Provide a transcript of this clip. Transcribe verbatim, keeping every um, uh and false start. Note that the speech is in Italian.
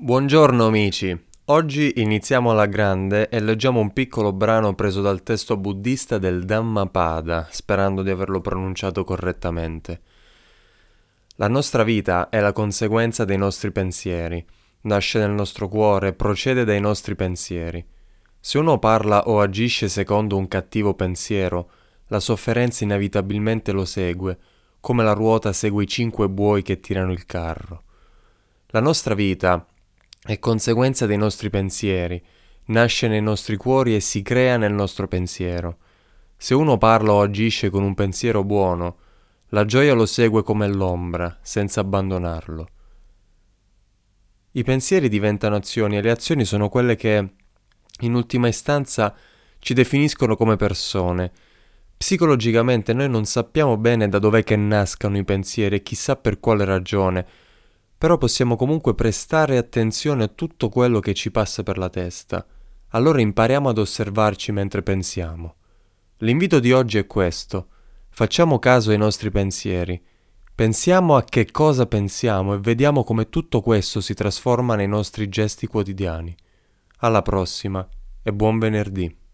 Buongiorno amici, oggi iniziamo alla grande e leggiamo un piccolo brano preso dal testo buddista del Dhammapada, sperando di averlo pronunciato correttamente. La nostra vita è la conseguenza dei nostri pensieri, nasce nel nostro cuore, procede dai nostri pensieri. Se uno parla o agisce secondo un cattivo pensiero, la sofferenza inevitabilmente lo segue, come la ruota segue i cinque buoi che tirano il carro. La nostra vita è conseguenza dei nostri pensieri, nasce nei nostri cuori e si crea nel nostro pensiero. Se uno parla o agisce con un pensiero buono, la gioia lo segue come l'ombra, senza abbandonarlo. I pensieri diventano azioni e le azioni sono quelle che, in ultima istanza, ci definiscono come persone. Psicologicamente noi non sappiamo bene da dov'è che nascano i pensieri e chissà per quale ragione, però possiamo comunque prestare attenzione a tutto quello che ci passa per la testa. Allora impariamo ad osservarci mentre pensiamo. L'invito di oggi è questo: facciamo caso ai nostri pensieri. Pensiamo a che cosa pensiamo e vediamo come tutto questo si trasforma nei nostri gesti quotidiani. Alla prossima e buon venerdì.